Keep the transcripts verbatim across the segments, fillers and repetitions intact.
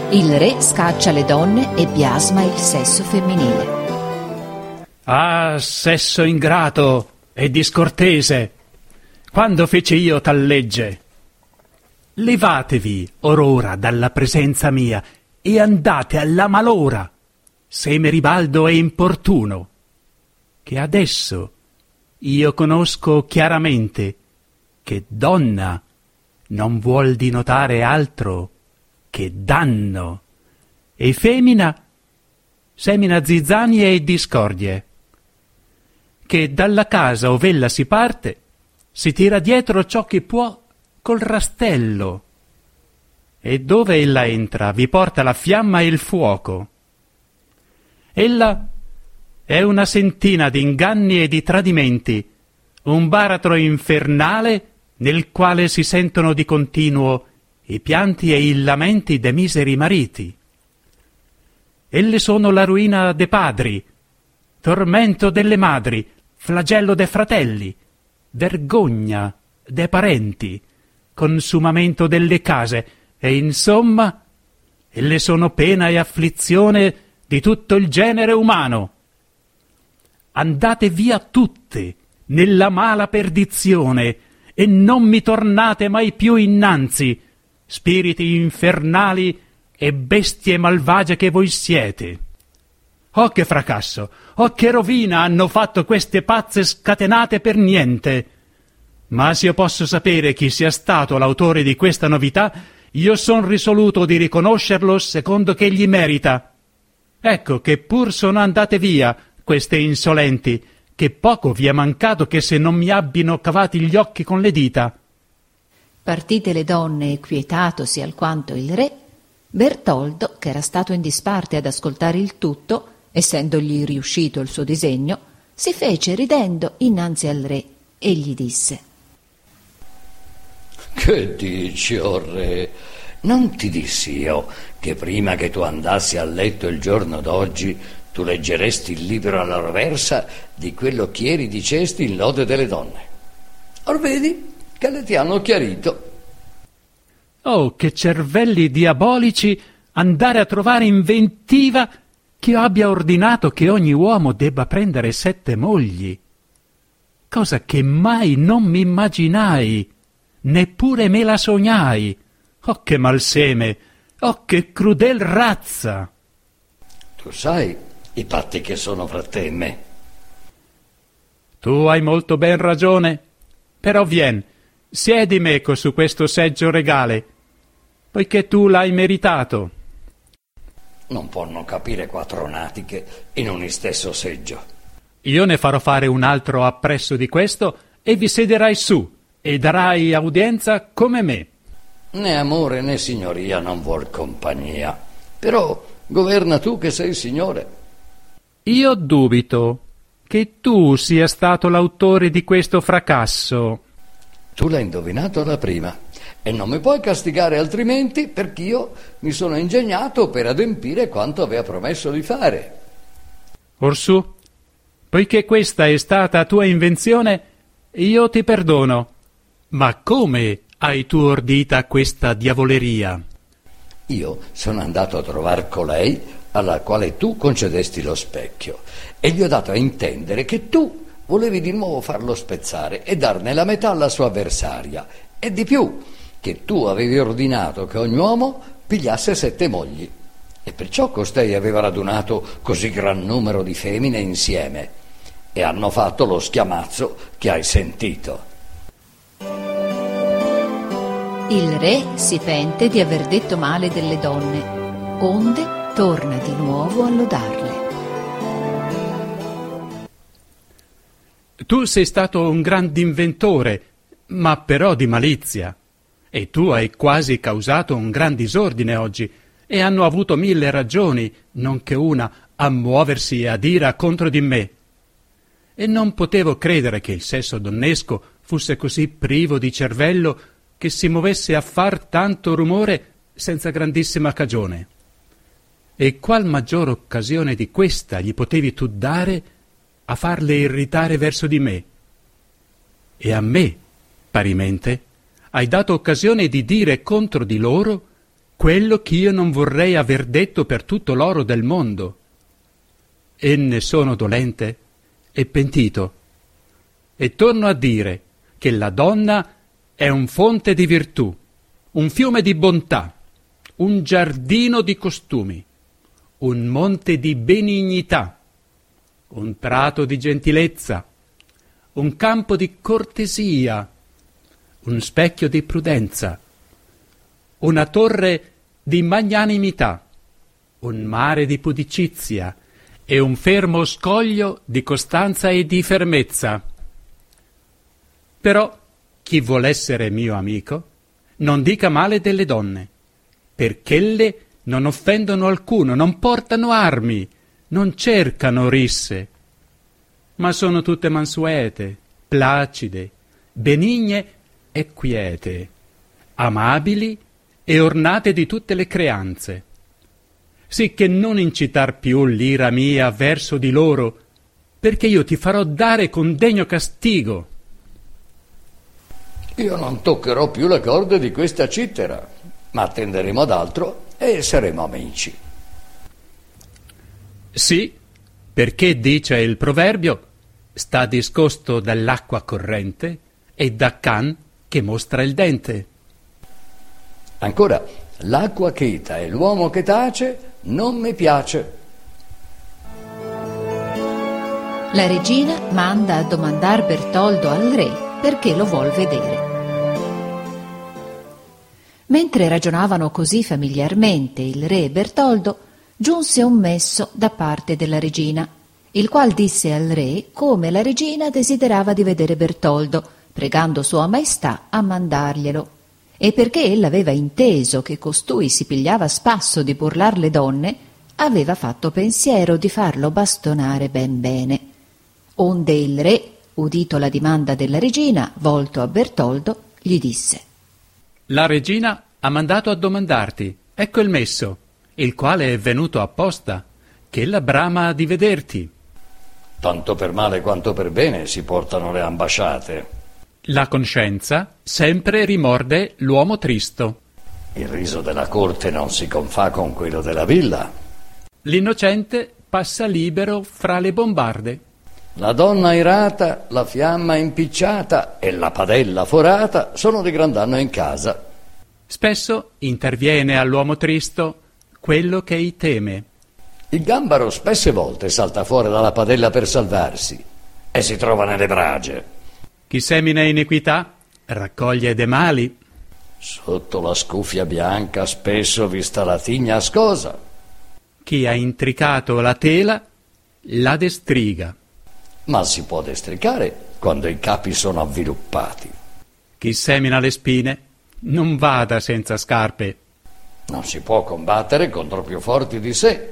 Il re scaccia le donne e biasma il sesso femminile. Ah, sesso ingrato e discortese! Quando feci io tal legge? Levatevi or ora dalla presenza mia e andate alla malora, seme ribaldo e importuno, che adesso io conosco chiaramente che donna non vuol dinotare altro che danno, e femmina semina zizzanie e discordie, che dalla casa ov'ella si parte si tira dietro ciò che può col rastello, e dove ella entra vi porta la fiamma e il fuoco. Ella è una sentina di inganni e di tradimenti, un baratro infernale nel quale si sentono di continuo i pianti e i lamenti de miseri mariti. Elle sono la ruina de padri, tormento delle madri, flagello de fratelli, vergogna de parenti, consumamento delle case, e insomma, elle sono pena e afflizione di tutto il genere umano. Andate via tutte nella mala perdizione e non mi tornate mai più innanzi, spiriti infernali e bestie malvagie che voi siete. Oh, che fracasso, oh, che rovina hanno fatto queste pazze scatenate per niente! Ma se io posso sapere chi sia stato l'autore di questa novità, io son risoluto di riconoscerlo secondo che gli merita. Ecco che pur sono andate via queste insolenti, che poco vi è mancato che se non mi abbino cavati gli occhi con le dita. Partite le donne e quietatosi alquanto il re, Bertoldo, che era stato in disparte ad ascoltare il tutto, essendogli riuscito il suo disegno, si fece ridendo innanzi al re e gli disse: Che dici, o re? Non ti dissi io che prima che tu andassi a letto il giorno d'oggi tu leggeresti il libro alla roversa di quello che ieri dicesti in lode delle donne? Or vedi che le ti hanno chiarito. Oh, che cervelli diabolici andare a trovare inventiva che io abbia ordinato che ogni uomo debba prendere sette mogli. Cosa che mai non mi immaginai, neppure me la sognai. Oh, che malseme! Oh, che crudel razza! Tu sai i patti che sono fra te e me. Tu hai molto ben ragione, però vien, siedi meco su questo seggio regale, poiché tu l'hai meritato. Non possono capire quattro natiche in un stesso seggio. Io ne farò fare un altro appresso di questo e vi sederai su e darai audienza come me. Né amore né signoria non vuol compagnia, però governa tu che sei signore. Io dubito che tu sia stato l'autore di questo fracasso. Tu l'hai indovinato alla prima e non mi puoi castigare altrimenti, perché io mi sono ingegnato per adempiere quanto aveva promesso di fare. Orsù, poiché questa è stata tua invenzione, io ti perdono. Ma come hai tu ordita questa diavoleria? Io sono andato a trovar colei alla quale tu concedesti lo specchio e gli ho dato a intendere che tu volevi di nuovo farlo spezzare e darne la metà alla sua avversaria, e di più che tu avevi ordinato che ogni uomo pigliasse sette mogli, e perciò costei aveva radunato così gran numero di femmine insieme e hanno fatto lo schiamazzo che hai sentito. Il re si pente di aver detto male delle donne, onde torna di nuovo a lodarle. Tu sei stato un grande inventore, ma però di malizia, e tu hai quasi causato un gran disordine oggi, e hanno avuto mille ragioni, nonché una, a muoversi e ad ira contro di me. E non potevo credere che il sesso donnesco fosse così privo di cervello che si muovesse a far tanto rumore senza grandissima cagione. E qual maggior occasione di questa gli potevi tu dare a farle irritare verso di me? E a me, parimente, hai dato occasione di dire contro di loro quello ch'io non vorrei aver detto per tutto l'oro del mondo. E ne sono dolente e pentito. E torno a dire che la donna è un fonte di virtù, un fiume di bontà, un giardino di costumi, un monte di benignità, un prato di gentilezza, un campo di cortesia, un specchio di prudenza, una torre di magnanimità, un mare di pudicizia e un fermo scoglio di costanza e di fermezza. Però chi vuol essere mio amico non dica male delle donne, perch'elle non offendono alcuno, non portano armi, non cercano risse, ma sono tutte mansuete, placide, benigne e quiete, amabili e ornate di tutte le creanze, sì che non incitar più l'ira mia verso di loro, perché io ti farò dare con degno castigo. Io non toccherò più le corde di questa cithara, ma attenderemo ad altro e saremo amici. Sì, perché dice il proverbio, sta discosto dall'acqua corrente e da can che mostra il dente. Ancora, l'acqua cheta e l'uomo che tace non mi piace. La regina manda a domandar Bertoldo al re perché lo vuol vedere. Mentre ragionavano così familiarmente il re e Bertoldo, giunse un messo da parte della regina, il qual disse al re come la regina desiderava di vedere Bertoldo, pregando Sua Maestà a mandarglielo. E perché ella aveva inteso che costui si pigliava spasso di burlar le donne, aveva fatto pensiero di farlo bastonare ben bene. Onde il re, udito la dimanda della regina, volto a Bertoldo, gli disse: La regina ha mandato a domandarti, ecco il messo, il quale è venuto apposta, che ella brama di vederti. Tanto per male quanto per bene si portano le ambasciate. La coscienza sempre rimorde l'uomo tristo. Il riso della corte non si confà con quello della villa. L'innocente passa libero fra le bombarde. La donna irata, la fiamma impicciata e la padella forata sono di gran danno in casa. Spesso interviene all'uomo tristo quello che ei teme. Il gambaro spesse volte salta fuori dalla padella per salvarsi e si trova nelle brage. Chi semina iniquità raccoglie dei mali. Sotto la scuffia bianca spesso vista la tigna ascosa. Chi ha intricato la tela la destriga. Ma si può destricare quando i capi sono avviluppati. Chi semina le spine non vada senza scarpe. Non si può combattere contro più forti di sé.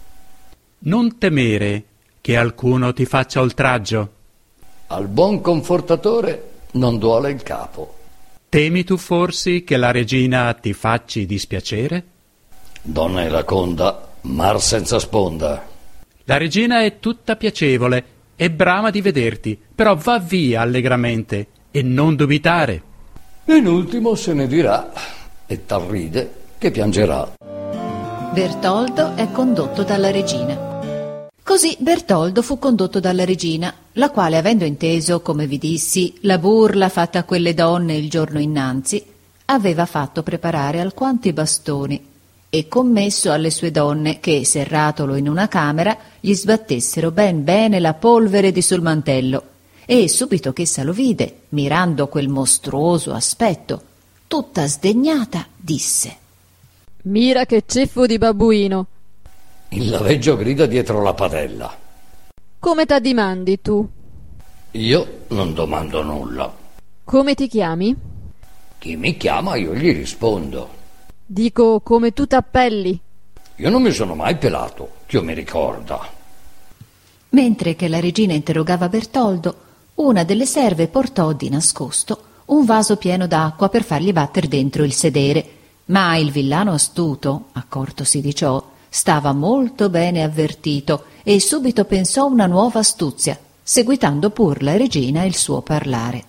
Non temere che alcuno ti faccia oltraggio. Al buon confortatore non duole il capo. Temi tu forse che la regina ti facci dispiacere? Donna iraconda, mar senza sponda. La regina è tutta piacevole e brama di vederti, però va via allegramente e non dubitare. In ultimo se ne dirà, e tal ride che piangerà. Bertoldo è condotto dalla regina. Così Bertoldo fu condotto dalla regina, la quale, avendo inteso, come vi dissi, la burla fatta a quelle donne il giorno innanzi, aveva fatto preparare alquanti bastoni e commesso alle sue donne che, serratolo in una camera, gli sbattessero ben bene la polvere di sul mantello. E subito ch'essa lo vide, mirando quel mostruoso aspetto, tutta sdegnata, disse: Mira che ceffo di babbuino! Il laveggio grida dietro la padella. Come t'addimandi tu? Io non domando nulla. Come ti chiami? Chi mi chiama io gli rispondo. Dico come tu t'appelli. Io non mi sono mai pelato, che io mi ricorda. Mentre che la regina interrogava Bertoldo, una delle serve portò di nascosto un vaso pieno d'acqua per fargli batter dentro il sedere, ma il villano astuto, accortosi di ciò, stava molto bene avvertito e subito pensò una nuova astuzia, seguitando pur la regina il suo parlare.